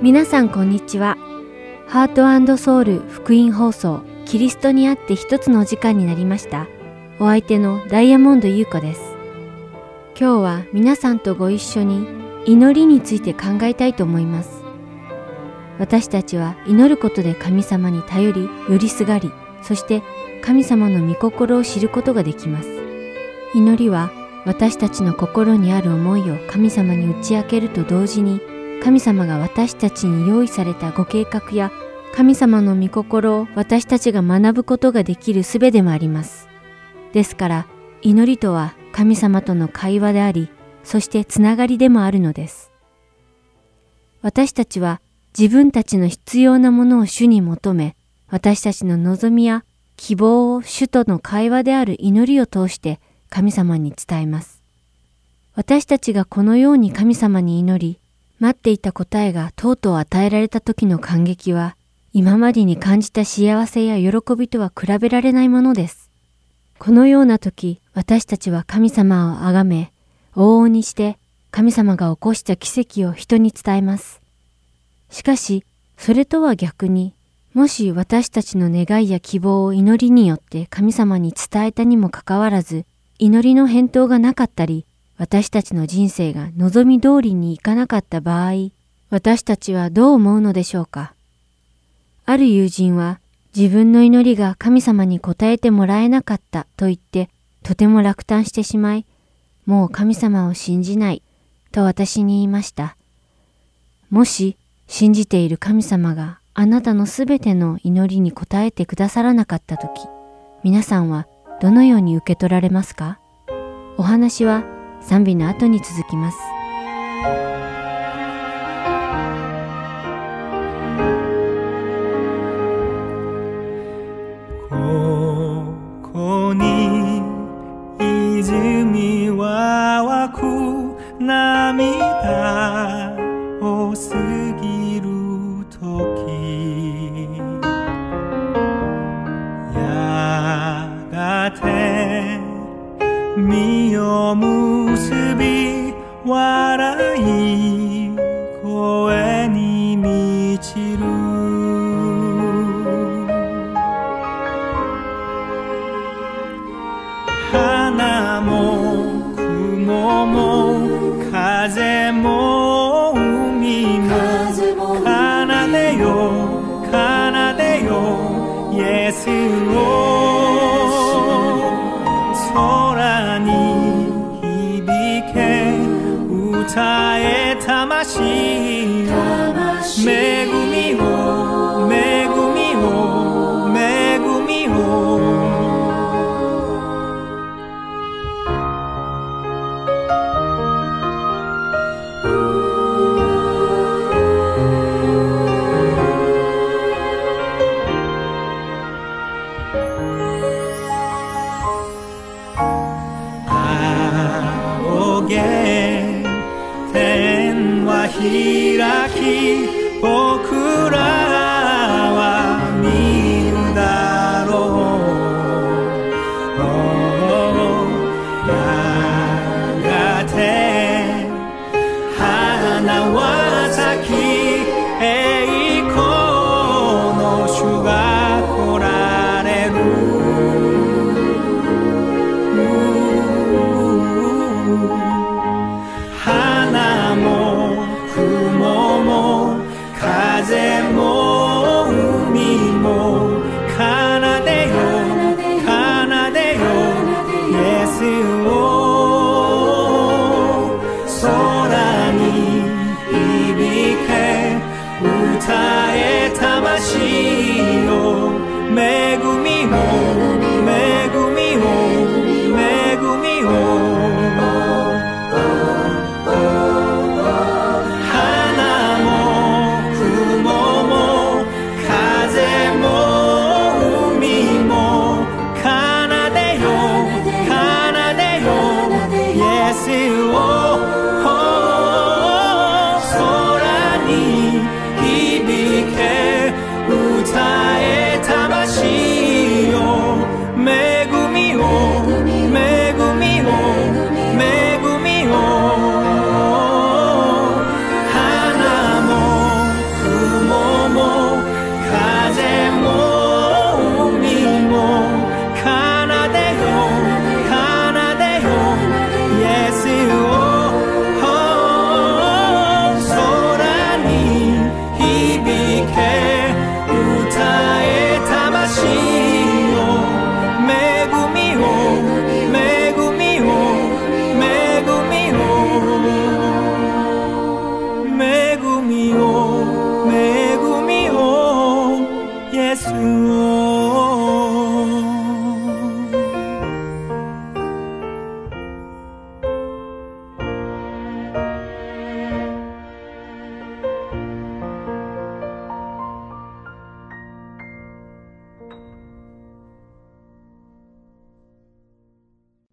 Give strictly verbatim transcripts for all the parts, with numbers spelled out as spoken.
皆さんこんにちは。ハート&ソウル福音放送キリストにあって一つのお時間になりました。お相手のダイヤモンド優子です。今日は皆さんとご一緒に祈りについて考えたいと思います。私たちは祈ることで神様に頼り、寄りすがり、そして神様の御心を知ることができます。祈りは私たちの心にある思いを神様に打ち明けると同時に、神様が私たちに用意されたご計画や神様の御心を私たちが学ぶことができる術でもあります。ですから祈りとは神様との会話であり、そしてつながりでもあるのです。私たちは自分たちの必要なものを主に求め、私たちの望みや希望を主との会話である祈りを通して神様に伝えます。私たちがこのように神様に祈り、待っていた答えがとうとう与えられた時の感激は、今までに感じた幸せや喜びとは比べられないものです。このような時、私たちは神様を崇め、往々にして神様が起こした奇跡を人に伝えます。しかし、それとは逆に、もし私たちの願いや希望を祈りによって神様に伝えたにもかかわらず、祈りの返答がなかったり、私たちの人生が望み通りにいかなかった場合、私たちはどう思うのでしょうか。ある友人は自分の祈りが神様に応えてもらえなかったと言ってとても落胆してしまい、もう神様を信じないと私に言いました。もし信じている神様があなたのすべての祈りに応えてくださらなかったとき、皆さんはどのように受け取られますか？お話は賛美の後に続きます。 ここに泉は湧く涙を過ぎるとき、やがて実を結び笑い声に満ちる。花も雲も風も海も奏でよ奏でよイエスを。空に響け歌え魂よ、恵みを恵みを恵みを。開き僕らは見るだろう。やがて花は咲き、栄光の主が来られる。花も雲も風も海も奏でよ奏でよイエスを。空に響け歌え魂よ、恵みを恵みを恵みを。歌え魂よ、恵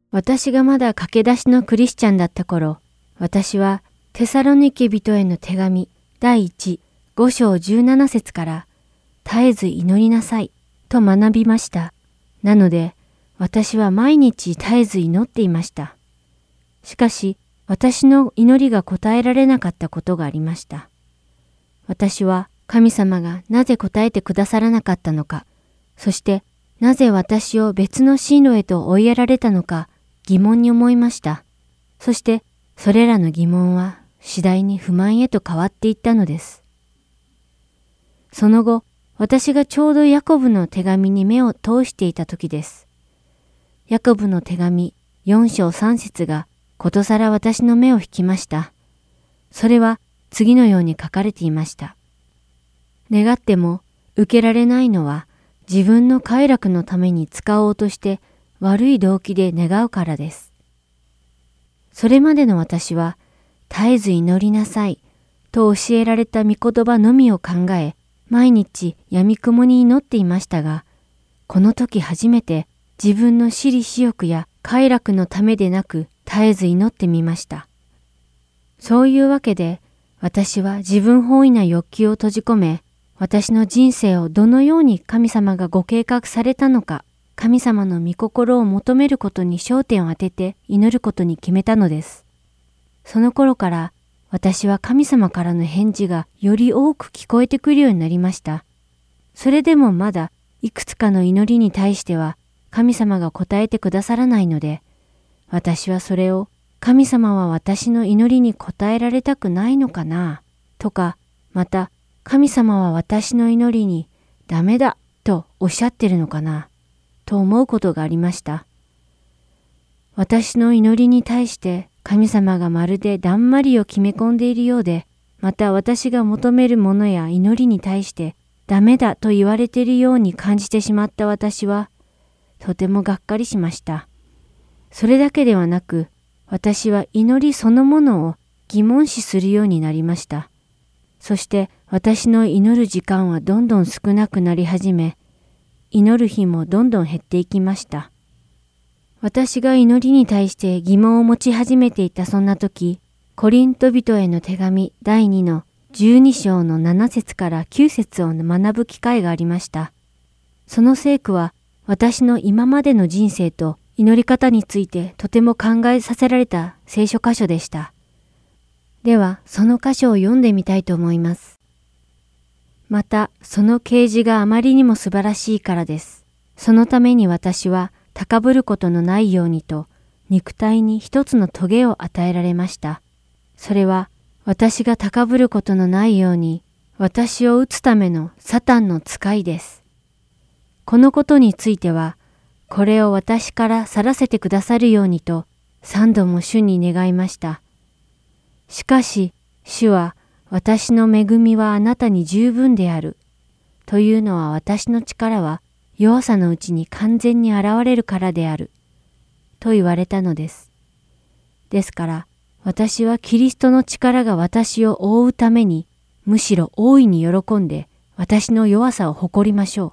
私がまだ駆け出しのクリスチャンだった頃、私はテサロニケ人への手紙第一五章十七節から絶えず祈りなさいと学びました。なので私は毎日絶えず祈っていました。しかし私の祈りが答えられなかったことがありました。私は神様がなぜ答えてくださらなかったのか、そしてなぜ私を別の進路へと追いやられたのか疑問に思いました。そしてそれらの疑問は次第に不満へと変わっていったのです。その後、私がちょうどヤコブの手紙に目を通していた時です。ヤコブの手紙よん章さん節がことさら私の目を引きました。それは次のように書かれていました。願っても受けられないのは自分の快楽のために使おうとして悪い動機で願うからです。それまでの私は絶えず祈りなさいと教えられた御言葉のみを考え、毎日闇雲に祈っていましたが、この時初めて自分の私利私欲や快楽のためでなく絶えず祈ってみました。そういうわけで私は自分本位な欲求を閉じ込め、私の人生をどのように神様がご計画されたのか、神様の御心を求めることに焦点を当てて祈ることに決めたのです。その頃から私は神様からの返事がより多く聞こえてくるようになりました。それでもまだいくつかの祈りに対しては神様が答えてくださらないので、私はそれを神様は私の祈りに応えられたくないのかなとか、また神様は私の祈りにダメだとおっしゃってるのかなと思うことがありました。私の祈りに対して神様がまるでだんまりを決め込んでいるようで、また私が求めるものや祈りに対してダメだと言われているように感じてしまった私は、とてもがっかりしました。それだけではなく、私は祈りそのものを疑問視するようになりました。そして私の祈る時間はどんどん少なくなり始め、祈る日もどんどん減っていきました。私が祈りに対して疑問を持ち始めていたそんな時、コリント人への手紙だいにのじゅうに章のなな節からきゅう節を学ぶ機会がありました。その聖句は私の今までの人生と祈り方についてとても考えさせられた聖書箇所でした。では、その箇所を読んでみたいと思います。また、その啓示があまりにも素晴らしいからです。そのために私は高ぶることのないようにと、肉体に一つの棘を与えられました。それは、私が高ぶることのないように、私を打つためのサタンの使いです。このことについては、これを私から去らせてくださるようにと、三度も主に願いました。しかし、主は、私の恵みはあなたに十分である。というのは私の力は弱さのうちに完全に現れるからである。と言われたのです。ですから、私はキリストの力が私を覆うために、むしろ大いに喜んで私の弱さを誇りましょう。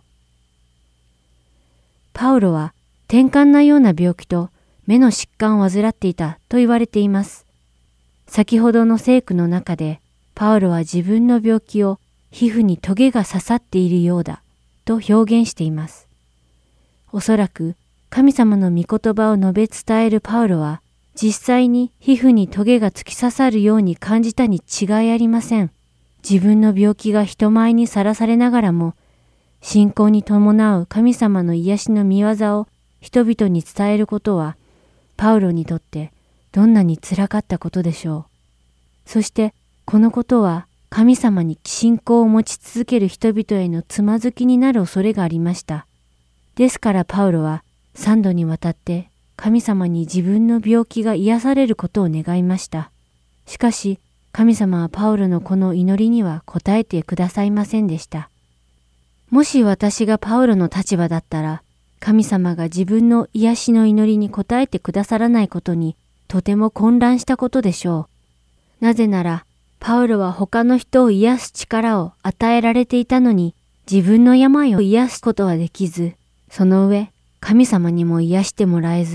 パウロは転換なような病気と目の疾患を患っていたと言われています。先ほどの聖句の中で、パウロは自分の病気を皮膚にトゲが刺さっているようだと表現しています。おそらく神様の御言葉を述べ伝えるパウロは実際に皮膚にトゲが突き刺さるように感じたに違いありません。自分の病気が人前にさらされながらも信仰に伴う神様の癒しの御業を人々に伝えることはパウロにとってどんなにつらかったことでしょう。そしてこのことは神様に信仰を持ち続ける人々へのつまずきになる恐れがありました。ですからパウロは三度にわたって神様に自分の病気が癒されることを願いました。しかし神様はパウロのこの祈りには応えてくださいませんでした。もし私がパウロの立場だったら、神様が自分の癒しの祈りに応えてくださらないことにとても混乱したことでしょう。なぜなら、パウロは他の人を癒す力を与えられていたのに、自分の病を癒すことはできず、その上、神様にも癒してもらえず、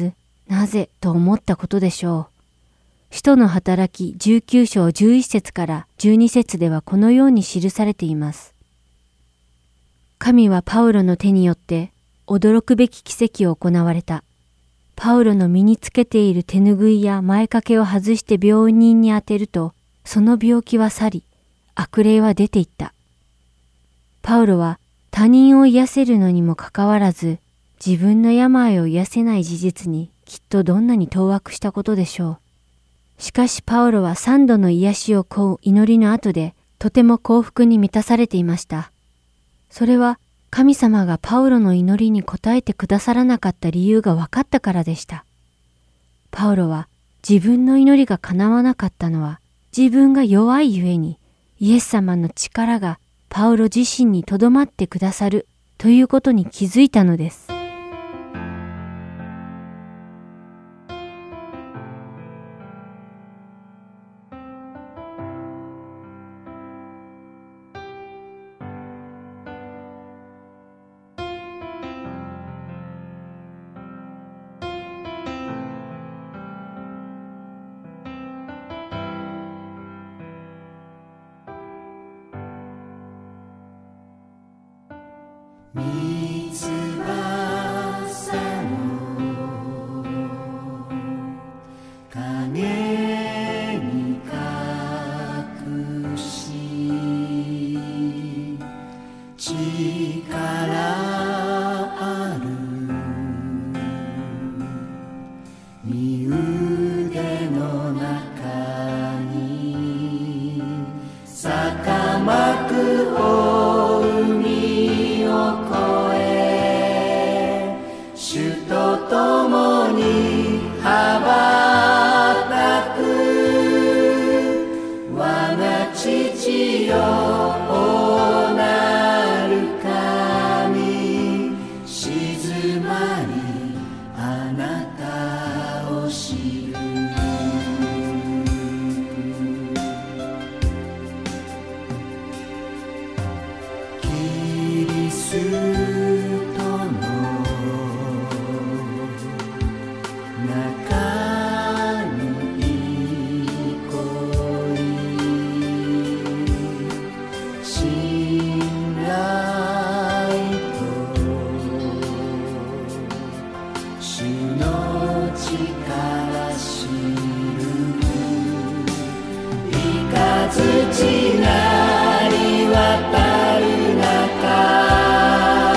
なぜと思ったことでしょう。使徒の働きじゅうきゅう章じゅういっ節からじゅうに節ではこのように記されています。神はパウロの手によって驚くべき奇跡を行われた。パウロの身につけている手ぬぐいや前掛けを外して病人に当てると、その病気は去り、悪霊は出ていった。パウロは他人を癒せるのにもかかわらず、自分の病を癒せない事実にきっとどんなに当惑したことでしょう。しかしパウロは三度の癒しを請う祈りの後で、とても幸福に満たされていました。それは神様がパウロの祈りに応えてくださらなかった理由が分かったからでした。パウロは自分の祈りが叶わなかったのは自分が弱いゆえに、イエス様の力がパウロ自身にとどまってくださるということに気づいたのです。 三つ葉の影に隠し力ある身腕の中に坂幕を生み主と共に羽ばたく我が父よおなる神静まりあなたを知るキリスト土なり渡る中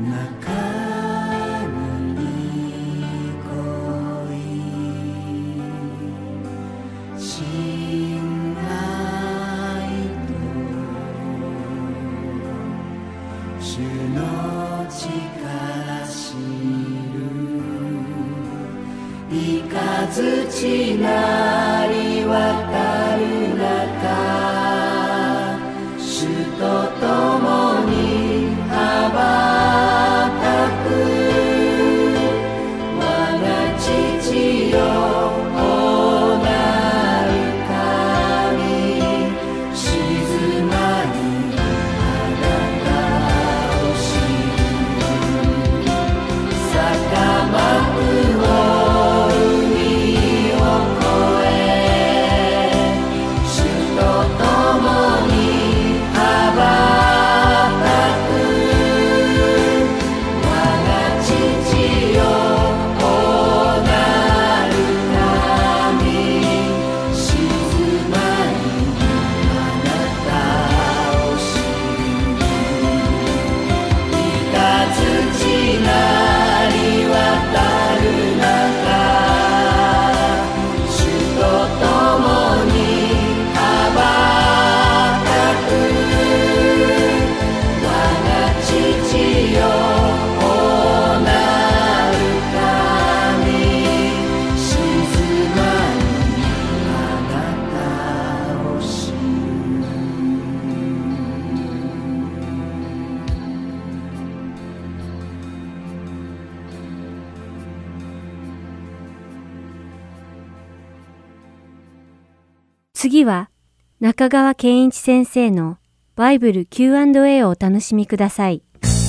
土なり渡る中、主と共に羽ばたく。我が父よ、おなる神、静まりあなたを知る。坂幕を次は中川健一先生のバイブル キューアンドエー をお楽しみください。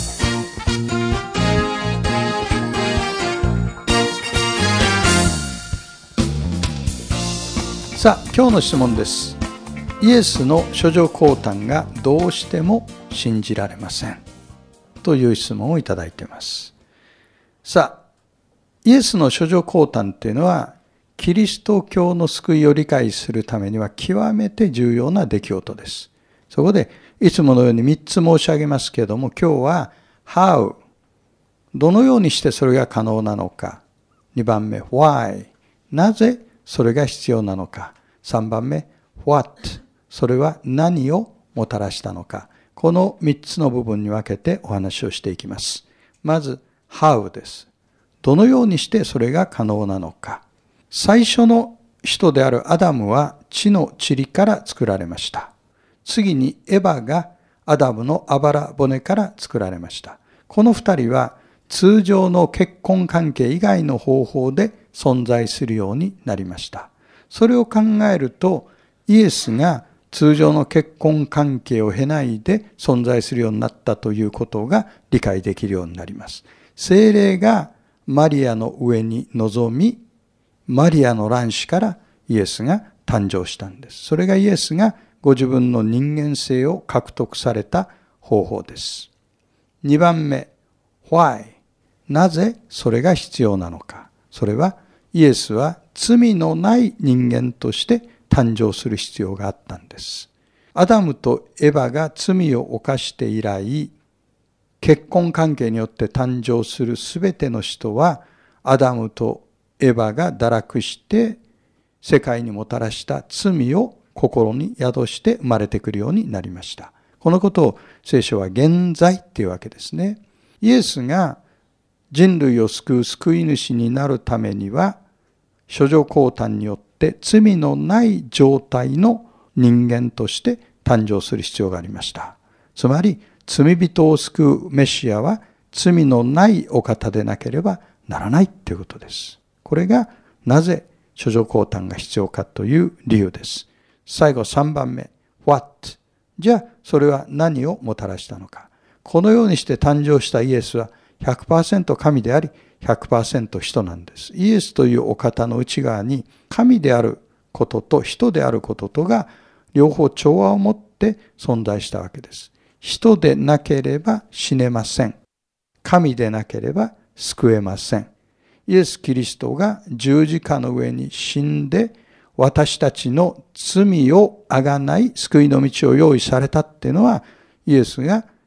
さあ、今日の質問です。イエスの処女降誕がどうしても信じられませんという質問をいただいています。さあ、イエスの処女降誕というのはキリスト教の救いを理解するためには極めて重要な出来事です。そこでいつものようにみっつ申し上げますけれども、今日は How どのようにしてそれが可能なのか、にばんめ Why なぜそれが必要なのか、さんばんめ What それは何をもたらしたのか、このみっつの部分に分けてお話をしていきます。まず How です。どのようにしてそれが可能なのか。最初の人であるアダムは地の塵から作られました。次にエバがアダムのあばら骨から作られました。この二人は通常の結婚関係以外の方法で存在するようになりました。それを考えると、イエスが通常の結婚関係を経ないで存在するようになったということが理解できるようになります。聖霊がマリアの上に臨み、マリアの卵子からイエスが誕生したんです。それがイエスがご自分の人間性を獲得された方法です。にばんめ、Why なぜそれが必要なのか。それはイエスは罪のない人間として誕生する必要があったんです。アダムとエバが罪を犯して以来、結婚関係によって誕生するすべての人はアダムとエバが堕落して世界にもたらした罪を心に宿して生まれてくるようになりました。このことを聖書は現在っていうわけですね。イエスが人類を救う救い主になるためには、処女降誕によって罪のない状態の人間として誕生する必要がありました。つまり罪人を救うメシアは罪のないお方でなければならないということです。これがなぜ処女降誕が必要かという理由です。最後さんばんめ、What? じゃあそれは何をもたらしたのか。このようにして誕生したイエスは ひゃくパーセント 神であり ひゃくパーセント 人なんです。イエスというお方の内側に神であることと人であることとが両方調和を持って存在したわけです。人でなければ死ねません。神でなければ救えません。イエス・キリストが十字架の上に死んで私たちの罪をあがない救いの道を用意されたっていうのは、イエスが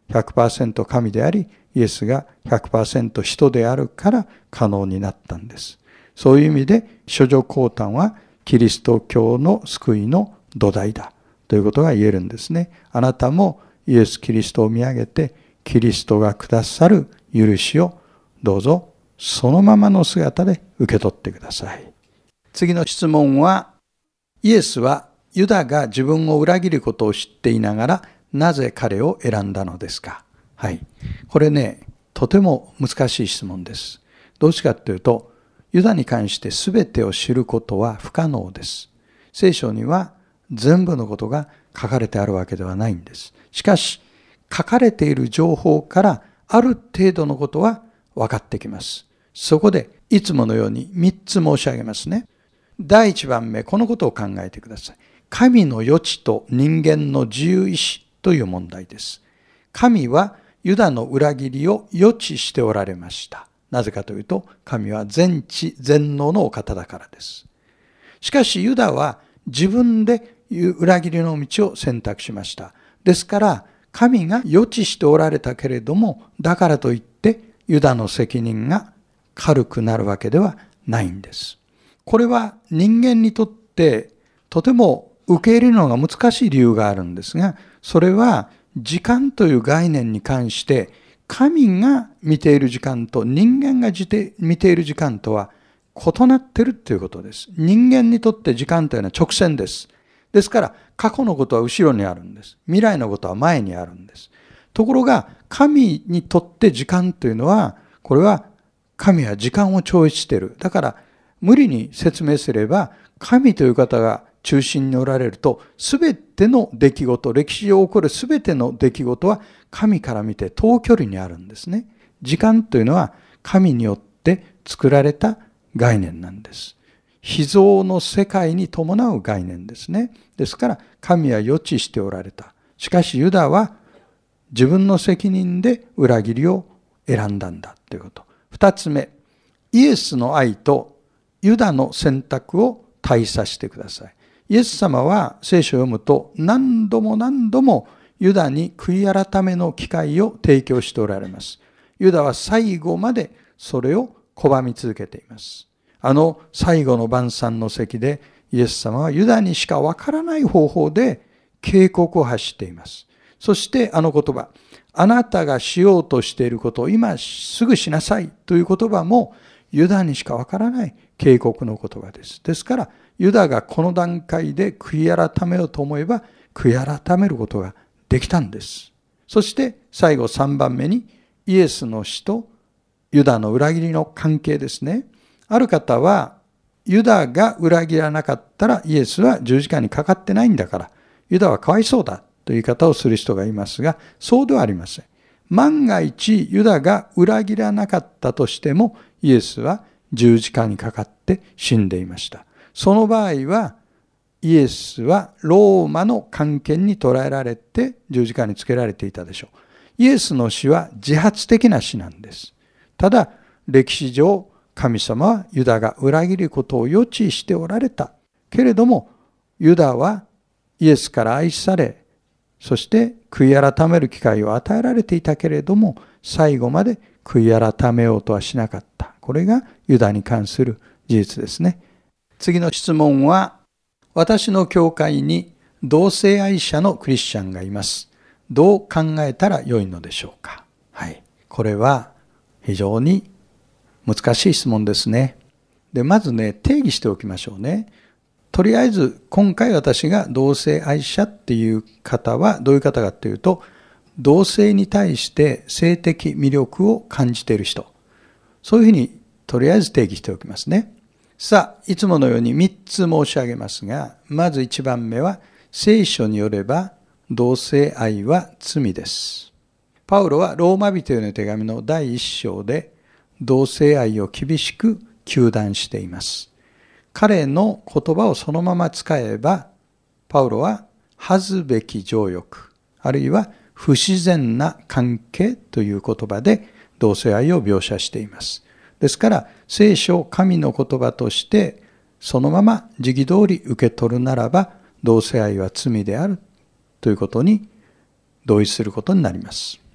ひゃくパーセント 神であり、イエスが ひゃくパーセント 人であるから可能になったんです。そういう意味で、処女降誕はキリスト教の救いの土台だということが言えるんですね。あなたもイエス・キリストを見上げて、キリストがくださる許しをどうぞそのままの姿で受け取ってください。次の質問は、イエスはユダが自分を裏切ることを知っていながら、なぜ彼を選んだのですか？はい。これね、とても難しい質問です。どうしてかというと、ユダに関して全てを知ることは不可能です。聖書には全部のことが書かれてあるわけではないんです。しかし、書かれている情報からある程度のことは分かってきます。そこでいつものようにみっつ申し上げますね。だいいちばんめ、このことを考えてください。神の余地と人間の自由意志という問題です。神はユダの裏切りを予知しておられました。なぜかというと、神は全知全能のお方だからです。しかしユダは自分で裏切りの道を選択しました。ですから、神が予知しておられたけれども、だからといってユダの責任が軽くなるわけではないんです。これは人間にとってとても受け入れるのが難しい理由があるんですが、それは時間という概念に関して神が見ている時間と人間が見ている時間とは異なっているということです。人間にとって時間というのは直線です。ですから過去のことは後ろにあるんです。未来のことは前にあるんです。ところが神にとって時間というのは、これは神は時間を超越している。だから無理に説明すれば、神という方が中心におられると、すべての出来事、歴史上起こるすべての出来事は神から見て遠距離にあるんですね。時間というのは神によって作られた概念なんです。被造の世界に伴う概念ですね。ですから神は予知しておられた。しかしユダは自分の責任で裏切りを選んだんだということ。二つ目、イエスの愛とユダの選択を対差してください。イエス様は聖書を読むと何度も何度もユダに悔い改めの機会を提供しておられます。ユダは最後までそれを拒み続けています。あの最後の晩餐の席でイエス様はユダにしかわからない方法で警告を発しています。そしてあの言葉、あなたがしようとしていることを今すぐしなさいという言葉もユダにしかわからない警告の言葉です。ですからユダがこの段階で悔い改めようと思えば悔い改めることができたんです。そして最後さんばんめにイエスの死とユダの裏切りの関係ですね。ある方はユダが裏切らなかったらイエスは十字架にかかってないんだからユダはかわいそうだという言い方をする人がいますが、そうではありません。万が一ユダが裏切らなかったとしてもイエスは十字架にかかって死んでいました。その場合はイエスはローマの官権に捕らえられて十字架につけられていたでしょう。イエスの死は自発的な死なんです。ただ歴史上神様はユダが裏切ることを予知しておられたけれども、ユダはイエスから愛され、そして悔い改める機会を与えられていたけれども、最後まで悔い改めようとはしなかった。これがユダに関する事実ですね。次の質問は、私の教会に同性愛者のクリスチャンがいます。どう考えたらよいのでしょうか。はい。これは非常に難しい質問ですね。で、まずね、定義しておきましょうね。とりあえず、今回私が同性愛者っていう方はどういう方かというと、同性に対して性的魅力を感じている人。そういうふうにとりあえず定義しておきますね。さあ、いつものようにみっつ申し上げますが、まずいちばんめは、聖書によれば同性愛は罪です。パウロはローマ人への手紙のだいいっ章で同性愛を厳しく糾弾しています。彼の言葉をそのまま使えば、パウロは恥ずべき情欲、あるいは不自然な関係という言葉で同性愛を描写しています。ですから、聖書を神の言葉として、そのまま時期通り受け取るならば、同性愛は罪であるということに同意することになります。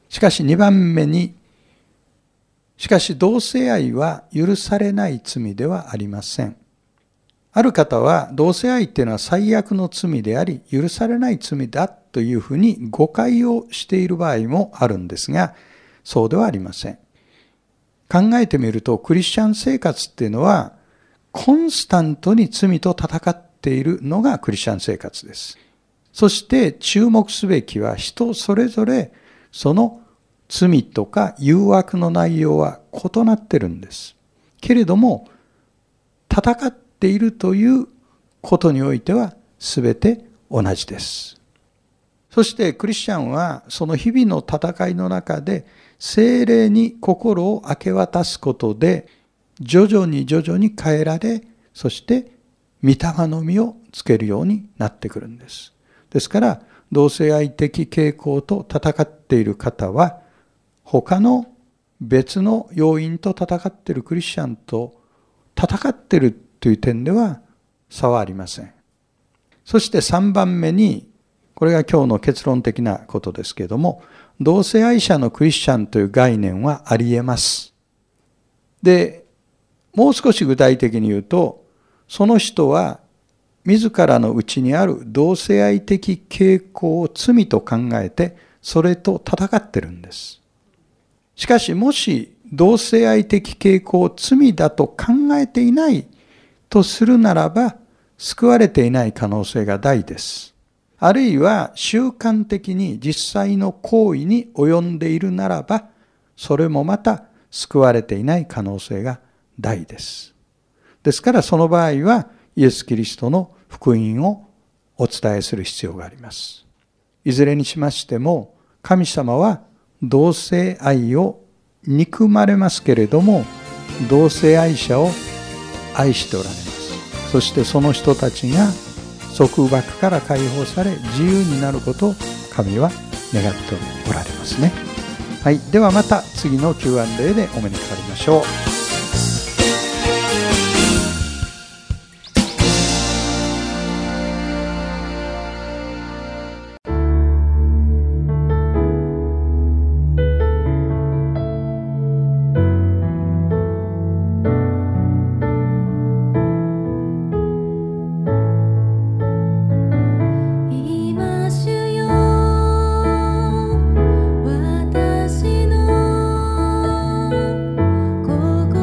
しかしにばんめに、しかし同性愛は許されない罪ではありません。ある方は同性愛っていうのは最悪の罪であり、許されない罪だというふうに誤解をしている場合もあるんですが、そうではありません。考えてみると、クリスチャン生活っていうのは、コンスタントに罪と戦っているのがクリスチャン生活です。そして注目すべきは、人それぞれその罪とか誘惑の内容は異なってるんです。けれども、戦っているということにおいては全て同じです。そしてクリスチャンはその日々の戦いの中で聖霊に心を明け渡すことで徐々に徐々に変えられ、そして御霊の実をつけるようになってくるんです。ですから同性愛的傾向と戦っている方は他の別の要因と戦っているクリスチャンと戦っているという点では差はありません。そしてさんばんめに、これが今日の結論的なことですけれども、同性愛者のクリスチャンという概念はあり得ます。で、もう少し具体的に言うと、その人は自らの内にある同性愛的傾向を罪と考えて、それと戦ってるんです。しかし、もし同性愛的傾向を罪だと考えていないとするならば、救われていない可能性が大です。あるいは習慣的に実際の行為に及んでいるならば、それもまた救われていない可能性が大です。ですからその場合はイエス・キリストの福音をお伝えする必要があります。いずれにしましても、神様は同性愛を憎まれますけれども、同性愛者を愛しておられます。そしてその人たちが束縛から解放され自由になることを神は願っておられますね。はい、ではまた次の キューアンドエー でお目にかかりましょう。 今主よ私の心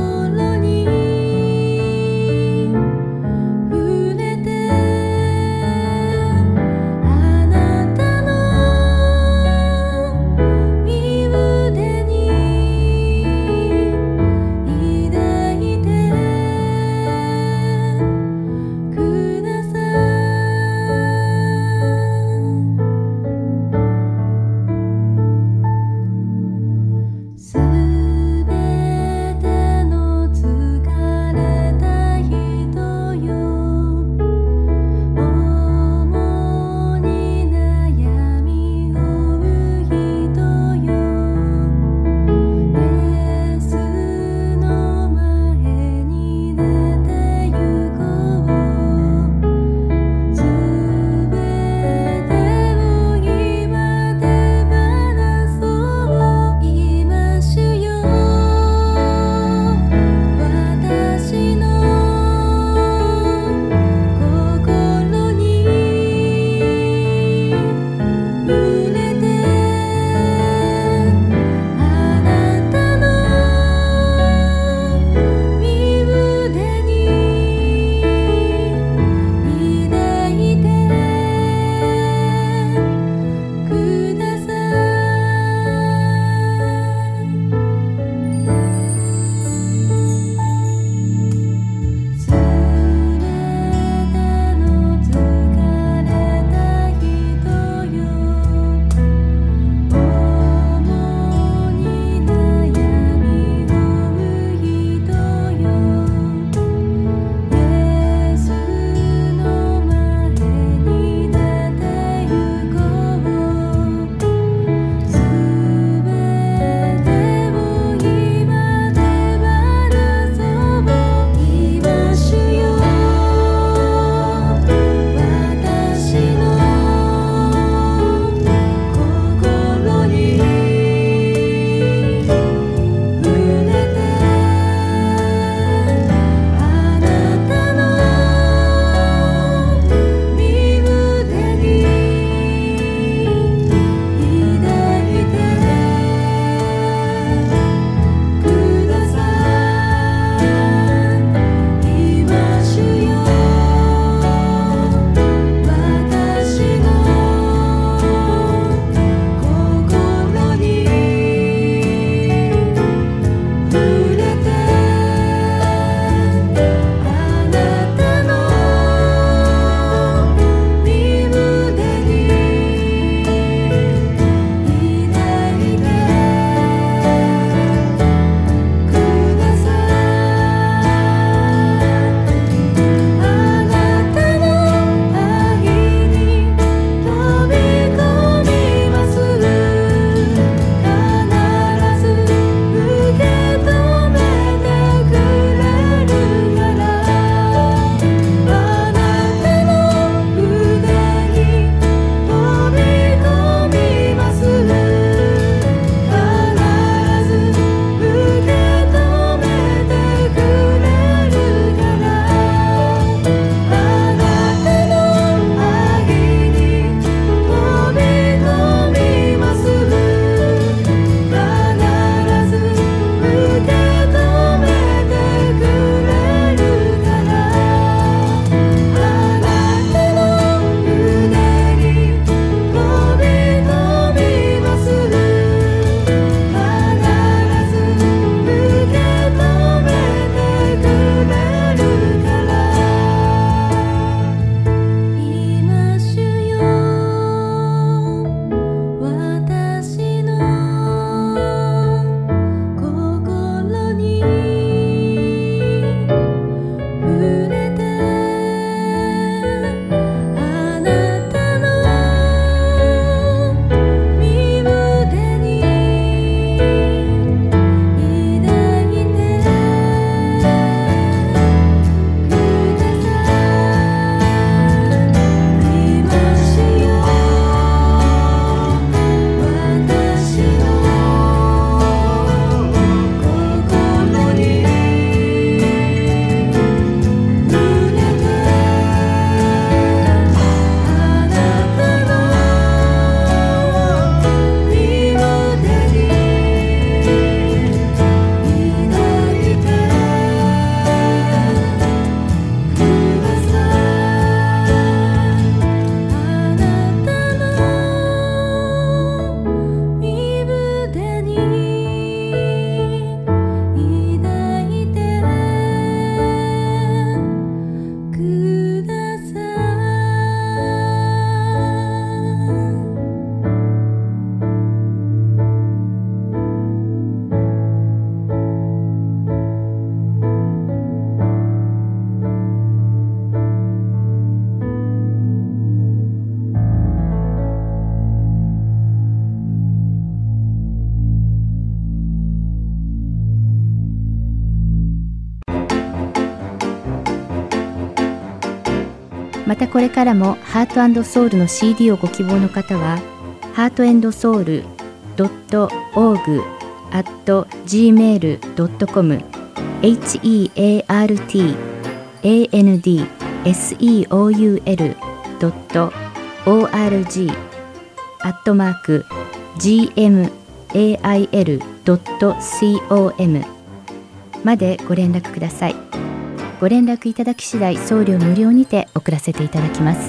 またこれからもハートアンドソウルの シーディー をご希望の方は、ハートアンドソウルドットオーグ アット ジーメール ドットコム ヘーアールティーエーエヌディーエスイーオーユーエル ドット オーアールジー アットマーク ジーエムエーアイエル ドット コム までご連絡ください。ご連絡いただき次第、送料無料にて送らせていただきます。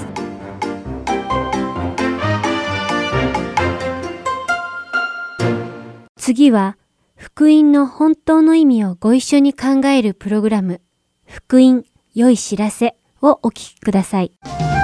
次は福音の本当の意味をご一緒に考えるプログラム、福音良い知らせをお聞きください。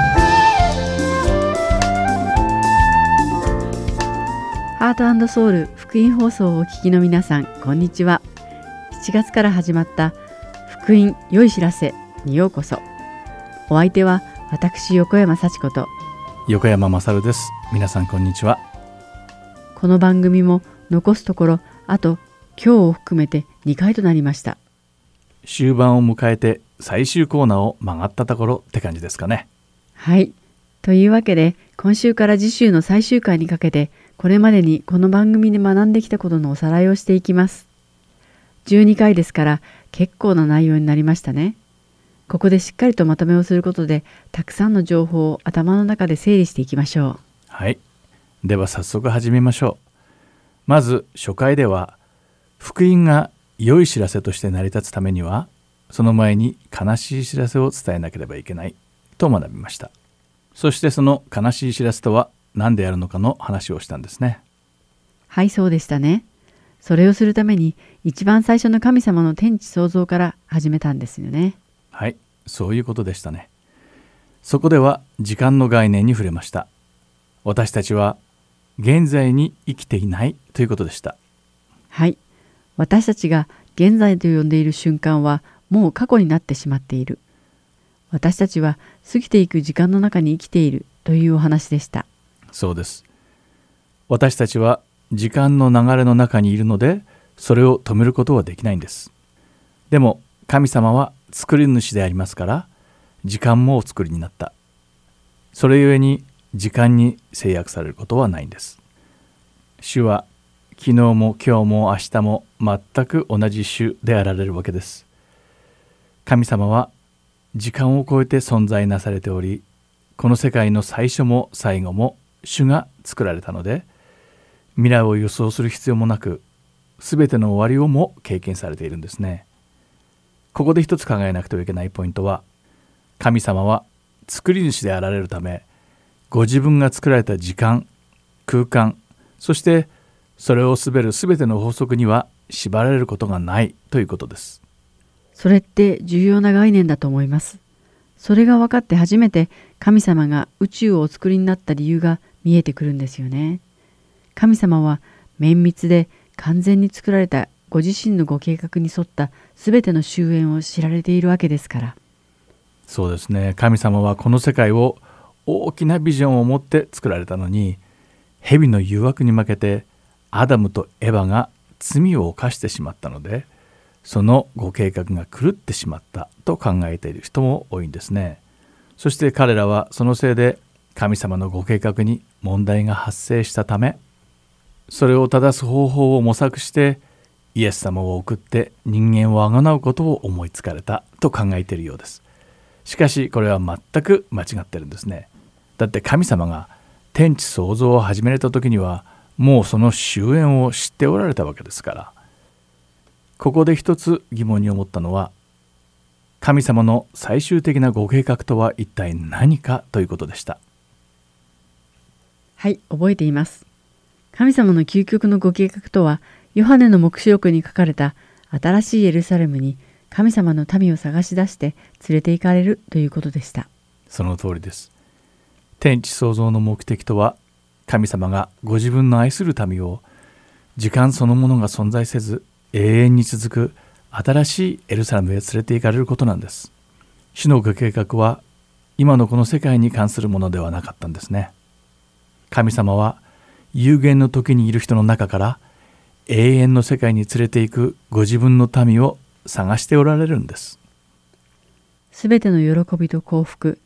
ハート&ソウル福音放送をお聞きの皆さん、こんにちは。しちがつから始まった福音良い知らせにようこそ。お相手は私、横山幸子と横山勝です。皆さんこんにちは。 この番組も残すところあと今日を含めてにかいとなりました。 終盤を迎えて最終コーナーを曲がったところって感じですかね。 はい。というわけで、今週から次週の最終回にかけて、これまでにこの番組で学んできたことのおさらいをしていきます。じゅうにかいですから結構な内容になりましたね。ここでしっかりとまとめをすることで、たくさんの情報を頭の中で整理していきましょう。 はい。では早速始めましょう。まず初回では、福音が良い知らせとして成り立つためには、その前に悲しい知らせを伝えなければいけないと学びました。そしてその悲しい知らせとは何であるのかの話をしたんですね。 はい、そうでしたね。それをするために一番最初の神様の天地創造から始めたんですよね。 はい、そういうことでしたね。そこでは時間の概念に触れました。私たちは現在に生きていないということでした。 はい、私たちが現在と呼んでいる瞬間はもう過去になってしまっている。私たちは過ぎていく時間の中に生きているというお話でした。 そうです。私たちは時間の流れの中にいるので、それを止めることはできないんです。でも神様は作り主でありますから、時間もお作りになった。それゆえに時間に制約されることはないんです。主は昨日も今日も明日も全く同じ主であられるわけです。神様は時間を超えて存在なされており、この世界の最初も最後も主が作られたので、未来を予想する必要もなく、すべての終わりをも経験されているんですね。ここで一つ考えなくてはいけないポイントは、神様は作り主であられるため、ご自分が作られた時間、空間、そしてそれを滑るすべての法則には縛られることがないということです。 それって重要な概念だと思います。それが分かって初めて神様が宇宙をお作りになった理由が見えてくるんですよね。神様は綿密で完全に作られたご自身のご計画に沿ったすべての終焉を知られているわけですから。 そうですね。神様はこの世界を大きなビジョンを持って作られたのに、蛇の誘惑に負けてアダムとエバが罪を犯してしまったので、そのご計画が狂ってしまったと考えている人も多いんですね。そして彼らはそのせいで神様のご計画に問題が発生したため、それを正す方法を模索してイエス様を送って人間をあがなうことを思いつかれたと考えているようです。しかしこれは全く間違ってるんですね。だって神様が天地創造を始められた時にはもうその終焉を知っておられたわけですから。ここで一つ疑問に思ったのは、神様の最終的なご計画とは一体何かということでした。 はい、覚えています。神様の究極のご計画とは、ヨハネの黙示録に書かれた新しいエルサレムに神様の民を探し出して連れて行かれるということでした。 その通りです。天地創造の目的とは、神様がご自分の愛する民を時間そのものが存在せず永遠に続く新しいエルサレムへ連れて行かれることなんです。主のご計画は今のこの世界に関するものではなかったんですね。神様は有限の時にいる人の中から永遠の世界に連れて行くご自分の民を探しておられるんです。 すべての喜びと幸福、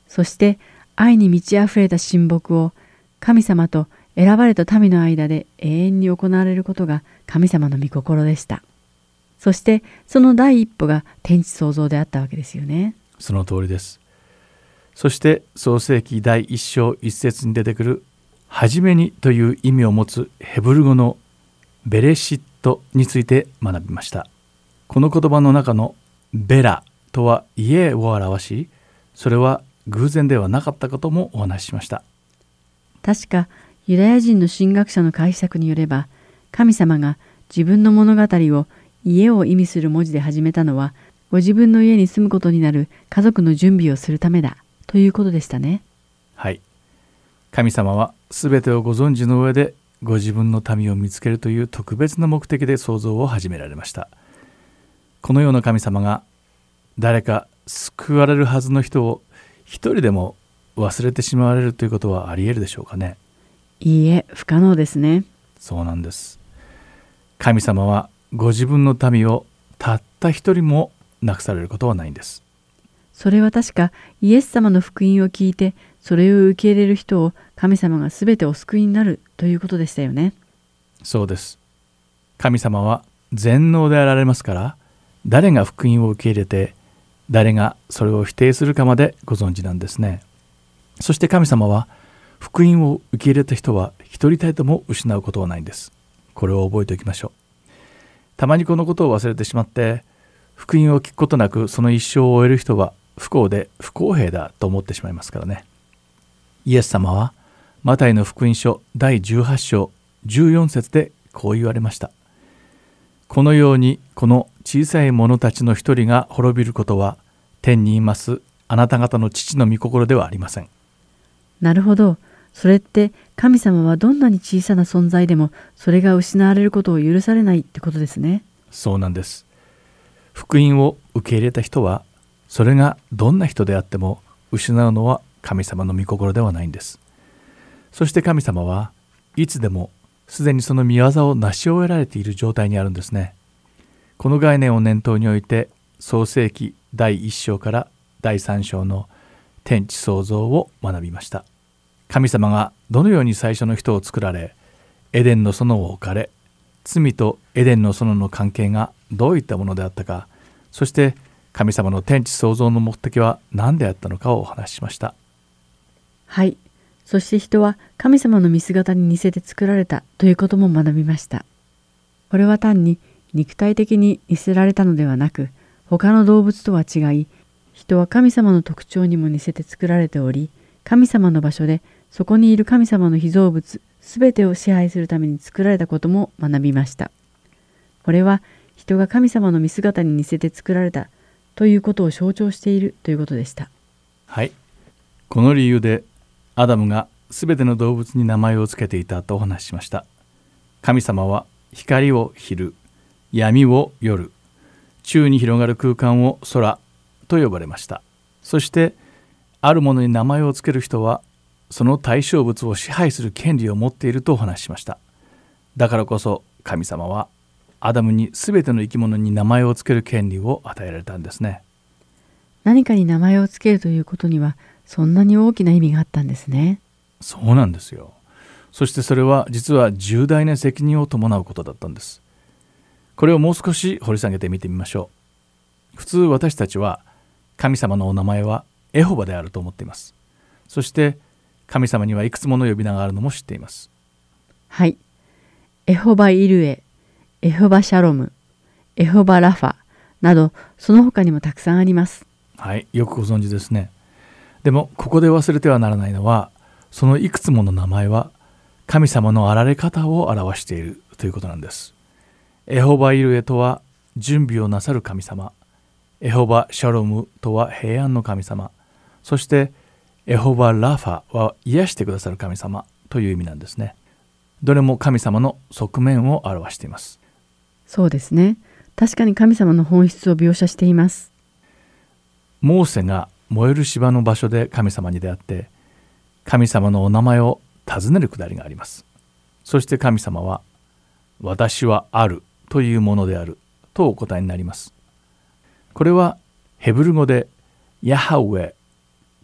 そして愛に満ち溢れた親睦を神様と選ばれた民の間で永遠に行われることが神様の御心でした。そしてその第一歩が天地創造であったわけですよね。 その通りです。そして創世記第一章一節に出てくる初めにという意味を持つヘブル語のベレシットについて学びました。この言葉の中のベラとは家を表し、それは偶然ではなかったこともお話ししました。 確かユダヤ人の神学者の解釈によれば、神様が自分の物語を家を意味する文字で始めたのは、ご自分の家に住むことになる家族の準備をするためだということでしたね。 はい。神様はすべてをご存知の上でご自分の民を見つけるという特別な目的で創造を始められました。このような神様が誰か救われるはずの人を一人でも忘れてしまわれるということはあり得るでしょうかね。 いいえ、不可能ですね。 そうなんです。神様はご自分の民をたった一人もなくされることはないんです。 それは確かイエス様の福音を聞いてそれを受け入れる人を神様がすべてお救いになるということでしたよね。 そうです。神様は全能であられますから、誰が福音を受け入れて誰がそれを否定するかまでご存知なんですね。そして神様は福音を受け入れた人は一人たりとも失うことはないんです。これを覚えておきましょう。たまにこのことを忘れてしまって福音を聞くことなくその一生を終える人は不幸で不公平だと思ってしまいますからね。イエス様はマタイの福音書だいじゅうはち章じゅうよん節でこう言われました。このようにこの小さい者たちの一人が滅びることは天にいますあなた方の父の御心ではありません。 なるほど。それって神様はどんなに小さな存在でもそれが失われることを許されないってことですね。 そうなんです。福音を受け入れた人はそれがどんな人であっても失うのは神様の御心ではないんです。そして神様はいつでもすでにその御業を成し終えられている状態にあるんですね。この概念を念頭において創世記だいいっ章からだいさん章の天地創造を学びました。神様がどのように最初の人を作られ、エデンの園を置かれ、罪とエデンの園の関係がどういったものであったか、そして神様の天地創造の目的は何であったのかをお話ししました。 はい。そして人は神様の見姿に似せて作られたということも学びました。これは単に肉体的に似せられたのではなく、他の動物とは違い、人は神様の特徴にも似せて作られており、神様の場所でそこにいる神様の被造物すべてを支配するために作られたことも学びました。これは人が神様の見姿に似せて作られたということを象徴しているということでした。 はい。この理由でアダムがすべての動物に名前をつけていたとお話ししました。神様は光を昼、闇を夜、宙に広がる空間を空と呼ばれました。そしてあるものに名前をつける人はその対象物を支配する権利を持っているとお話ししました。だからこそ神様はアダムにすべての生き物に名前をつける権利を与えられたんですね。 何かに名前をつけるということにはそんなに大きな意味があったんですね。 そうなんですよ。そしてそれは実は重大な責任を伴うことだったんです。これをもう少し掘り下げてみてみましょう。普通私たちは神様のお名前はエホバであると思っています。そして神様にはいくつもの呼び名があるのも知っています。 はい。エホバイルエ、エホバシャロム、エホバラファなどその他にもたくさんあります。 はい、よくご存知ですね。でもここで忘れてはならないのは、そのいくつもの名前は神様のあられ方を表しているということなんです。エホバイルエとは準備をなさる神様、エホバシャロムとは平安の神様、そしてエホバラファは癒してくださる神様という意味なんですね。どれも神様の側面を表しています。 そうですね。確かに神様の本質を描写しています。 モーセが燃える芝の場所で神様に出会って、神様のお名前を尋ねるくだりがあります。そして神様は、私はあるというものであるとお答えになります。これはヘブル語でヤハウェ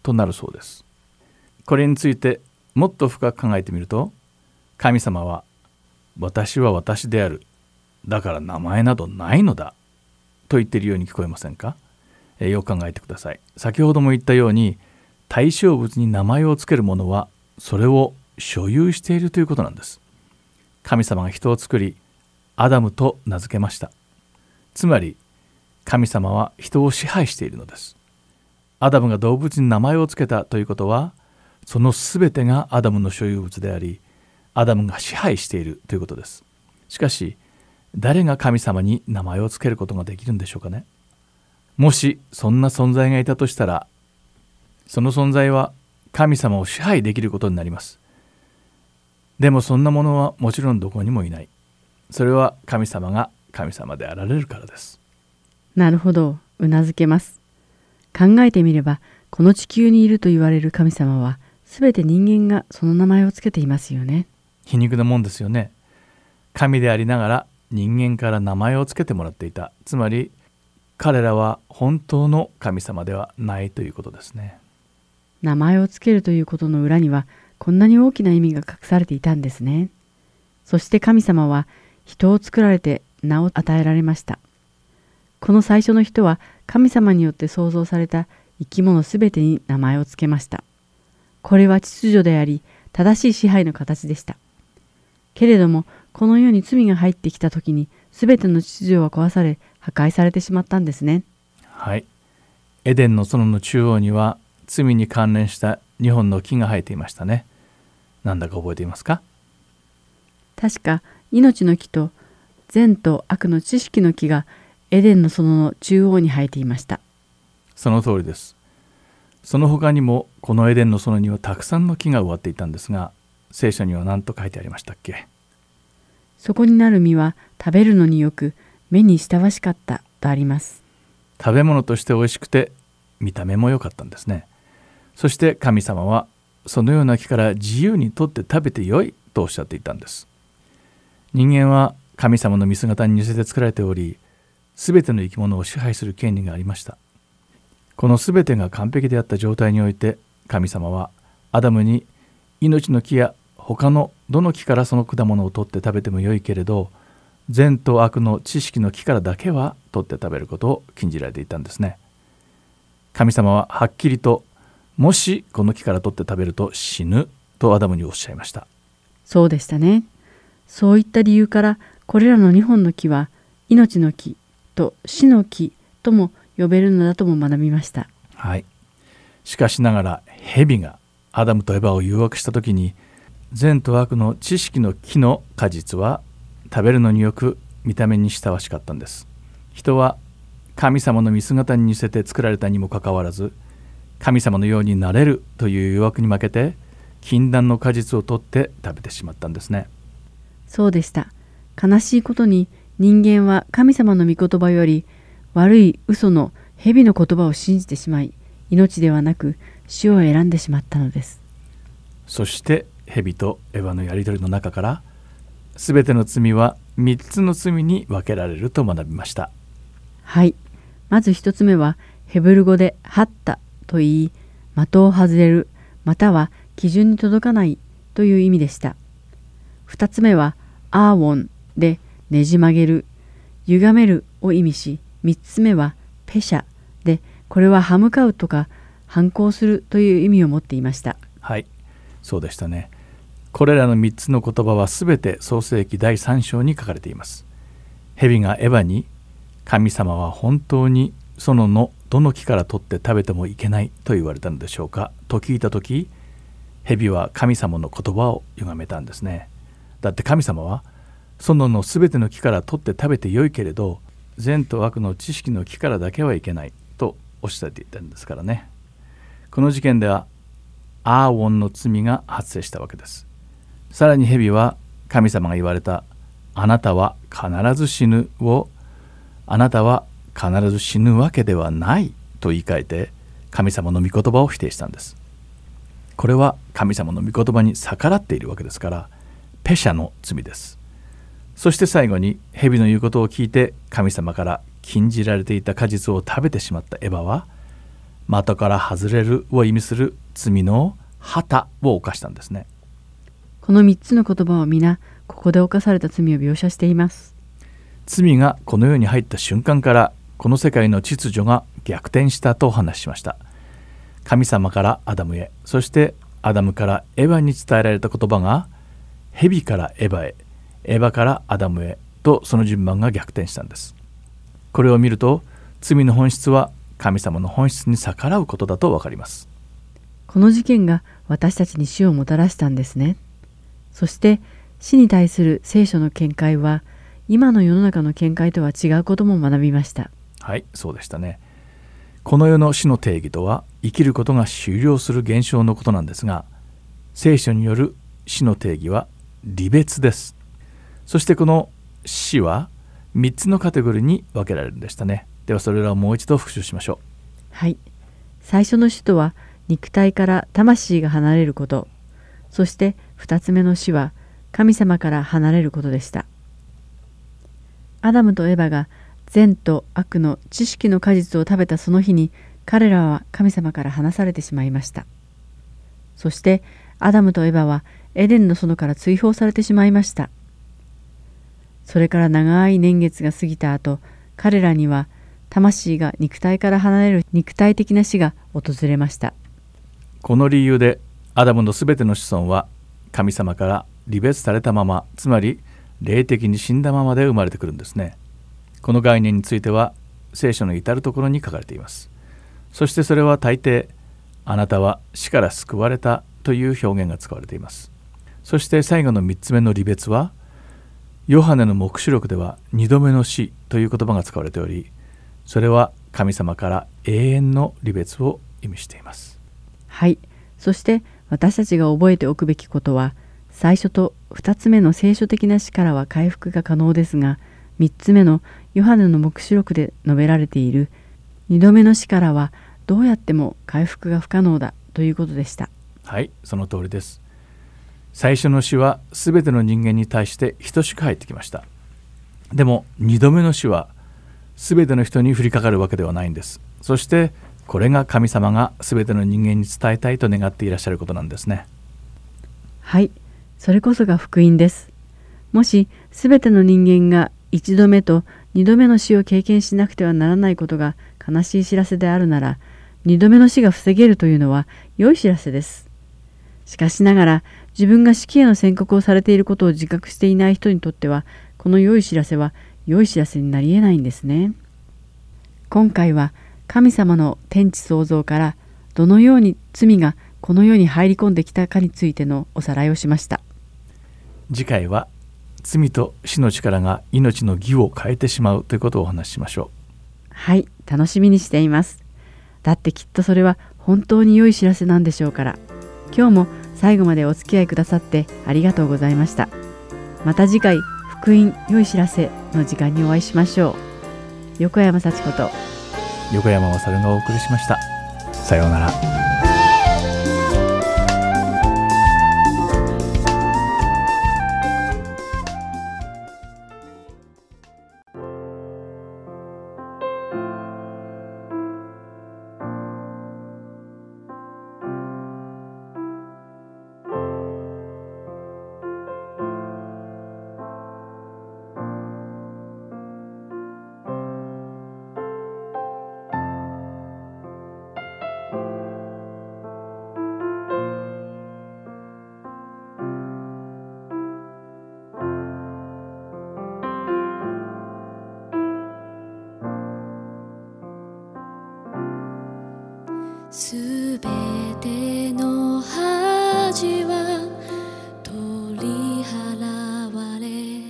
となるそうです。これについてもっと深く考えてみると、神様は私は私である、だから名前などないのだと言っているように聞こえませんか？えー、よく考えてください。先ほども言ったように、対象物に名前をつける者はそれを所有しているということなんです。神様が人を作り、アダムと名付けました。つまり神様は人を支配しているのです。アダムが動物に名前をつけたということは、そのすべてがアダムの所有物であり、アダムが支配しているということです。しかし、誰が神様に名前をつけることができるんでしょうかね。もしそんな存在がいたとしたら、その存在は神様を支配できることになります。でもそんなものはもちろんどこにもいない。それは神様が神様であられるからです。 なるほど、うなずけます。考えてみれば、この地球にいると言われる神様は、すべて人間がその名前をつけていますよね。 皮肉なもんですよね。神でありながら人間から名前をつけてもらっていた。つまり彼らは本当の神様ではないということですね。 名前をつけるということの裏には、こんなに大きな意味が隠されていたんですね。そして神様は人を作られて名を与えられました。この最初の人は神様によって創造された生き物すべてに名前をつけました。これは秩序であり、正しい支配の形でした。けれども、この世に罪が入ってきたときに、すべての秩序は壊され、破壊されてしまったんですね。 はい。エデンの園の中央には、罪に関連したにほんの木が生えていましたね。なんだか覚えていますか？ 確か、命の木と善と悪の知識の木がエデンの園の中央に生えていました。 その通りです。その他にもこのエデンの園にはたくさんの木が植わっていたんですが、聖書には何と書いてありましたっけ？ そこになる実は食べるのによく、目に親しかったとあります。 食べ物として美味しくて見た目も良かったんですね。そして神様はそのような木から自由に取って食べてよいとおっしゃっていたんです。人間は神様の見姿に似せて作られており、すべての生き物を支配する権利がありました。このすべてが完璧であった状態において、神様はアダムに命の木や他のどの木からその果物を取って食べてもよいけれど、善と悪の知識の木からだけは取って食べることを禁じられていたんですね。神様ははっきりと、もしこの木から取って食べると死ぬとアダムにおっしゃいました。 そうでしたね。そういった理由から、これらのにほんの木は命の木と死の木とも呼べるのだとも学びました。 はい。しかしながら蛇がアダムとエバを誘惑したときに、善と悪の知識の木の果実は食べるのによく見た目に親しかったんです。人は神様の見姿に似せて作られたにもかかわらず、神様のようになれるという誘惑に負けて、禁断の果実を取って食べてしまったんですね。 そうでした。悲しいことに、人間は神様の御言葉より悪い嘘の蛇の言葉を信じてしまい、命ではなく死を選んでしまったのです。 そして蛇とエヴァのやり取りの中から、すべての罪はみっつの罪に分けられると学びました。 はい。まず一つ目はヘブル語でハッタと言い、的を外れる、または基準に届かないという意味でした。二つ目はアーウォンでねじ曲げる、歪めるを意味し、三つ目はペシャで、これは歯向かうとか反抗するという意味を持っていました。 はい、そうでしたね。これらのみっつの言葉はすべて創世記だいさん章に書かれています。蛇がエヴァに、神様は本当に園のどの木から取って食べてもいけないと言われたのでしょうかと聞いたとき、蛇は神様の言葉を歪めたんですね。だって神様は園のすべての木から取って食べてよいけれど、善と悪の知識の木からだけはいけないとおっしゃっていたんですからね。この事件ではアーウォンの罪が発生したわけです。さらに蛇は神様が言われたあなたは必ず死ぬをあなたは必ず死ぬわけではないと言い換えて、神様の御言葉を否定したんです。これは神様の御言葉に逆らっているわけですから、ペシャの罪です。そして最後に蛇の言うことを聞いて神様から禁じられていた果実を食べてしまったエヴァは、 的から外れるを意味する罪の旗を犯したんですね。 このみっつの言葉は皆ここで犯された罪を描写しています。 罪がこの世に入った瞬間からこの世界の秩序が逆転したとお話ししました。神様からアダムへ、そしてアダムからエヴァに伝えられた言葉が蛇からエヴァへ、エヴァからアダムへと、その順番が逆転したんです。これを見ると罪の本質は神様の本質に逆らうことだとわかります。 この事件が私たちに死をもたらしたんですね。そして死に対する聖書の見解は今の世の中の見解とは違うことも学びました。 はい、そうでしたね。この世の死の定義とは生きることが終了する現象のことなんですが、聖書による死の定義は離別です。そしてこの死はみっつのカテゴリーに分けられるんでしたね。ではそれらをもう一度復習しましょう。 はい。最初の死とは肉体から魂が離れること、そしてふたつめの死は神様から離れることでした。アダムとエヴァが善と悪の知識の果実を食べたその日に、彼らは神様から離されてしまいました。そしてアダムとエヴァはエデンの園から追放されてしまいました。それから長い年月が過ぎた後、彼らには魂が肉体から離れる肉体的な死が訪れました。 この理由でアダムのすべての子孫は神様から離別されたまま、つまり霊的に死んだままで生まれてくるんですね。この概念については聖書の至るところに書かれています。そしてそれは大抵あなたは死から救われたという表現が使われています。そして最後のみっつめの離別はヨハネの黙示録ではにどめの死という言葉が使われており、それは神様から永遠の離別を意味しています。 はい。そして私たちが覚えておくべきことは、最初とふたつめの聖書的な死からは回復が可能ですが、みっつめのヨハネの黙示録で述べられているにどめの死からはどうやっても回復が不可能だということでした。 はい、その通りです。最初の死はすべての人間に対して等しく入ってきました。でもにどめの死はすべての人に降りかかるわけではないんです。そしてこれが神様がすべての人間に伝えたいと願っていらっしゃることなんですね。 はい、それこそが福音です。もしすべての人間がいちどめとにどめの死を経験しなくてはならないことが悲しい知らせであるなら、にどめの死が防げるというのは良い知らせです。しかしながら自分が死刑の宣告をされていることを自覚していない人にとっては、この良い知らせは良い知らせになり得ないんですね。今回は神様の天地創造からどのように罪がこの世に入り込んできたかについてのおさらいをしました。 次回は罪と死の力が命の義を変えてしまうということをお話ししましょう。はい、楽しみにしています。だってきっとそれは本当に良い知らせなんでしょうから。今日も最後までお付き合いくださってありがとうございました。また次回、福音良い知らせの時間にお会いしましょう。横山幸子と横山まさるがお送りしました。さようなら。 すべての恥は取り払われ、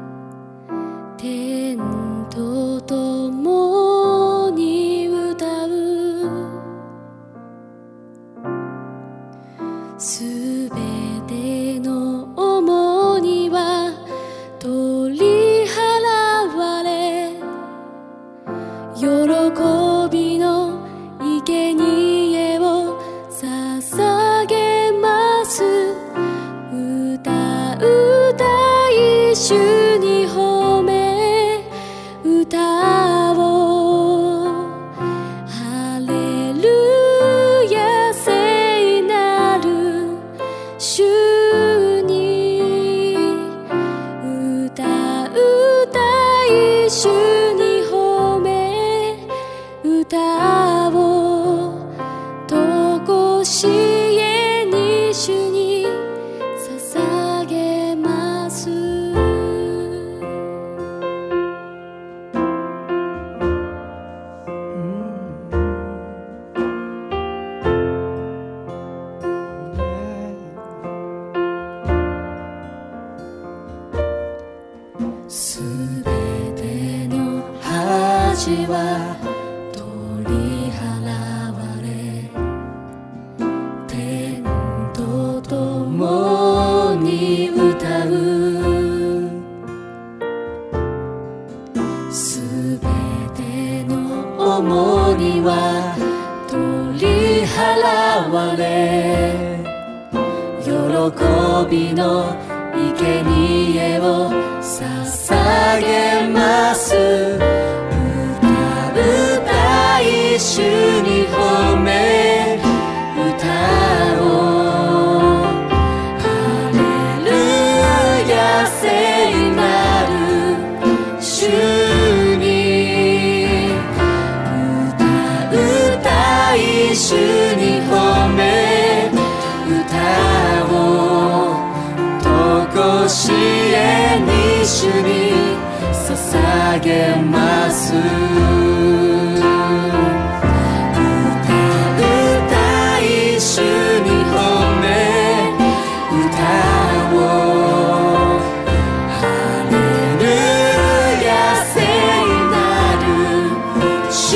天と共に歌う。すべての重荷は取り払われ、喜びの生贄を捧げます。歌う歌い主に褒め、 主に褒め歌おう。とこしえに主に捧げます。すべての恥は取り払われ、天と共に歌う。すべての重荷は取り払われ、喜びの生贄を捧げます。歌歌い主に褒め歌おう。ハレルヤ聖なる主に歌歌い主に褒め歌おう。とこしえに主に捧げます。歌歌い主に褒め歌おう。ハレルヤ聖なる主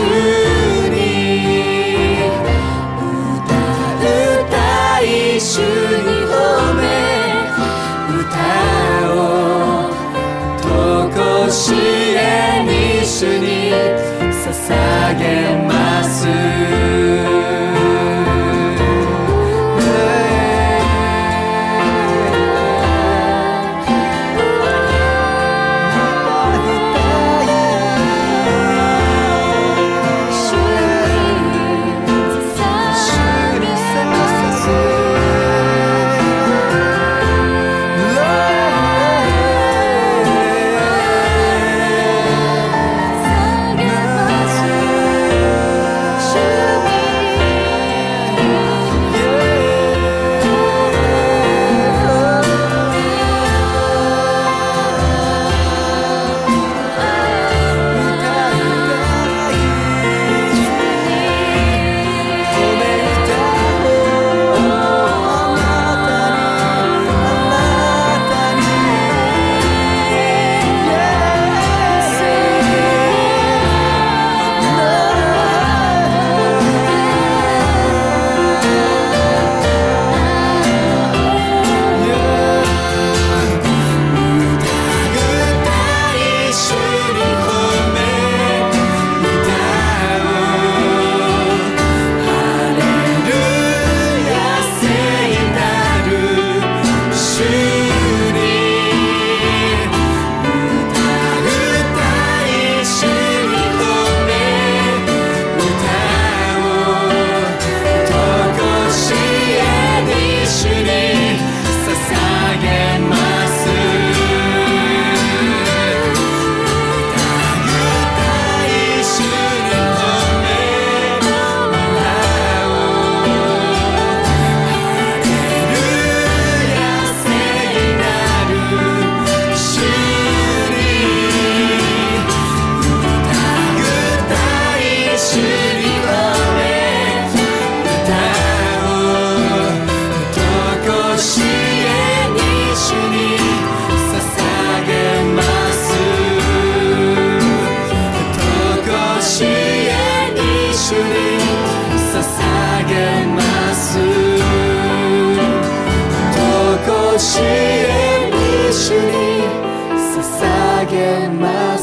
に歌歌い主に褒め歌おう。とこしえに主に捧げます。しえに主に捧げます。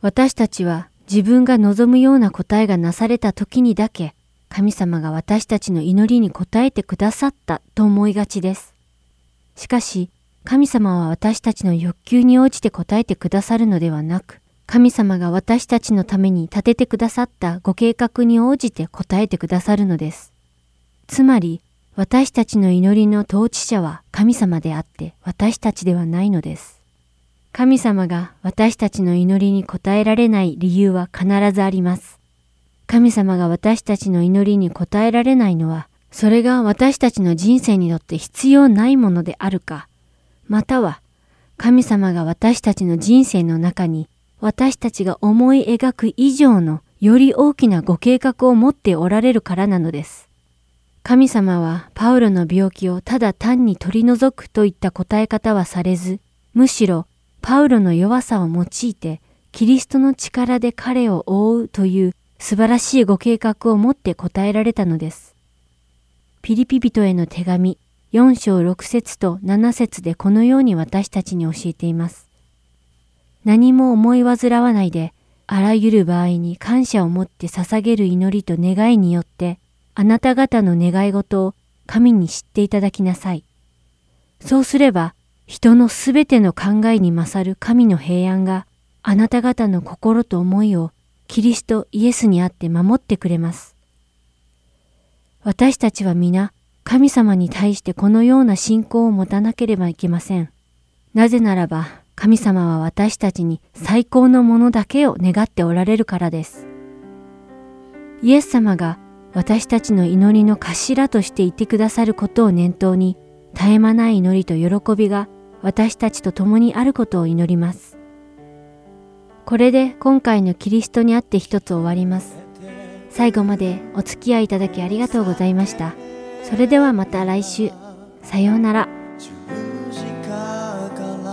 私たちは自分が望むような答えがなされた時にだけ、神様が私たちの祈りに応えてくださったと思いがちです。しかし、神様は私たちの欲求に応じて応えてくださるのではなく、神様が私たちのために立ててくださったご計画に応じて応えてくださるのです。つまり、私たちの祈りの統治者は神様であって私たちではないのです。神様が私たちの祈りに応えられない理由は必ずあります。神様が私たちの祈りに応えられないのは、それが私たちの人生にとって必要ないものであるか、または神様が私たちの人生の中に私たちが思い描く以上のより大きなご計画を持っておられるからなのです。神様はパウロの病気をただ単に取り除くといった答え方はされず、むしろパウロの弱さを用いてキリストの力で彼を覆うという素晴らしいご計画を持って答えられたのです。ピリピ人への手紙よん章ろく節となな節でこのように私たちに教えています。何も思い煩わないで、あらゆる場合に感謝を持って捧げる祈りと願いによって、あなた方の願い事を神に知っていただきなさい。そうすれば、人のすべての考えに勝る神の平安が、あなた方の心と思いをキリストイエスにあって守ってくれます。私たちは皆、神様に対してこのような信仰を持たなければいけません。なぜならば、神様は私たちに最高のものだけを願っておられるからです。イエス様が私たちの祈りの頭としていてくださることを念頭に、絶え間ない祈りと喜びが私たちと共にあることを祈ります。これで今回のキリストにあって一つ終わります。最後までお付き合いいただきありがとうございました。それではまた来週。さようなら。 十字架から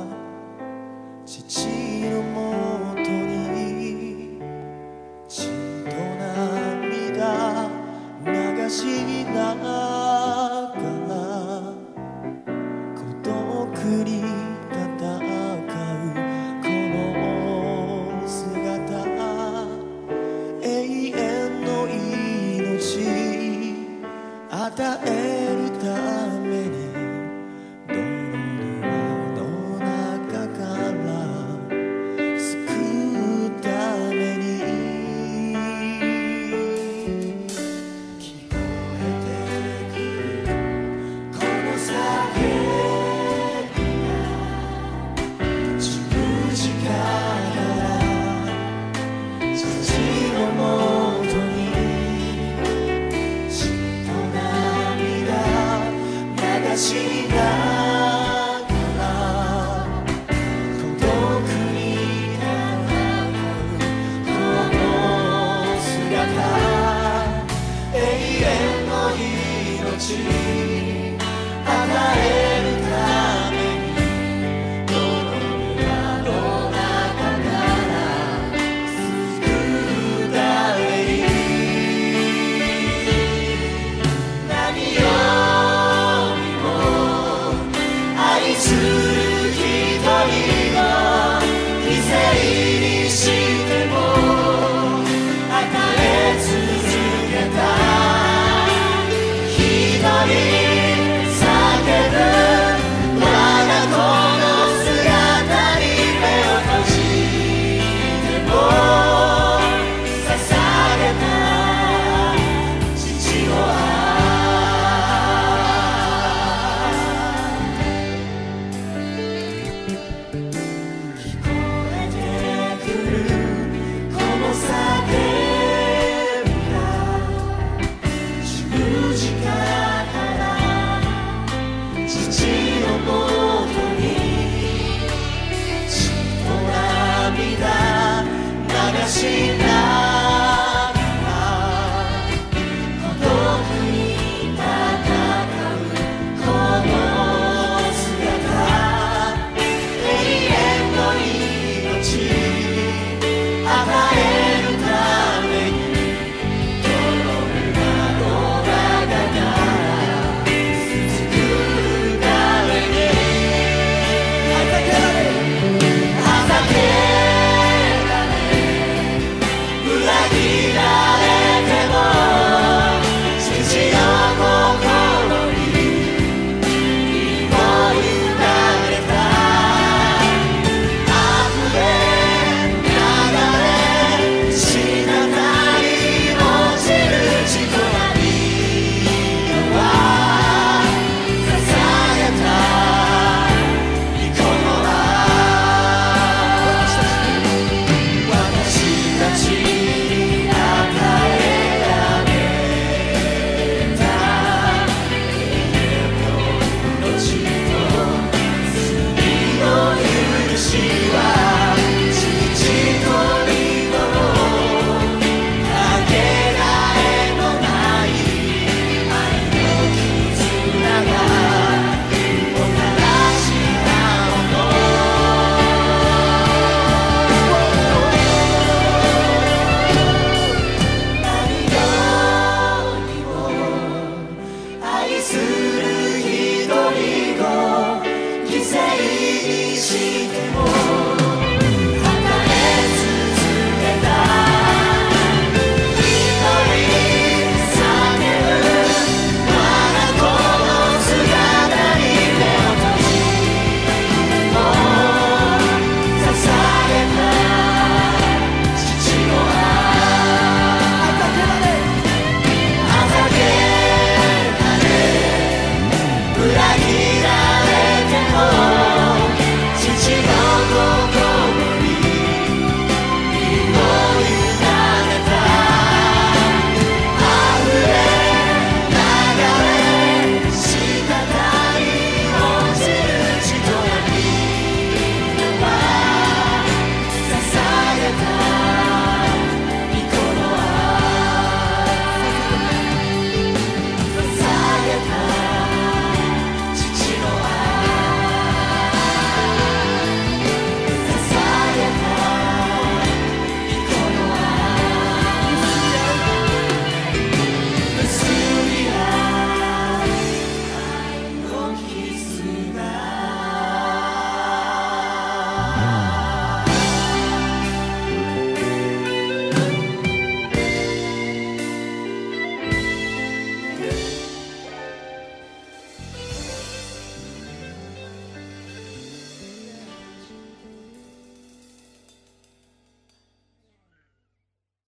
父のもとに血と涙流しながら孤独に戦うこの姿、永遠の命与えるために泥沼の中から救うために聞こえてくるこの叫びが十字架から父のもとにしながら孤独に戦うこの姿、永遠の命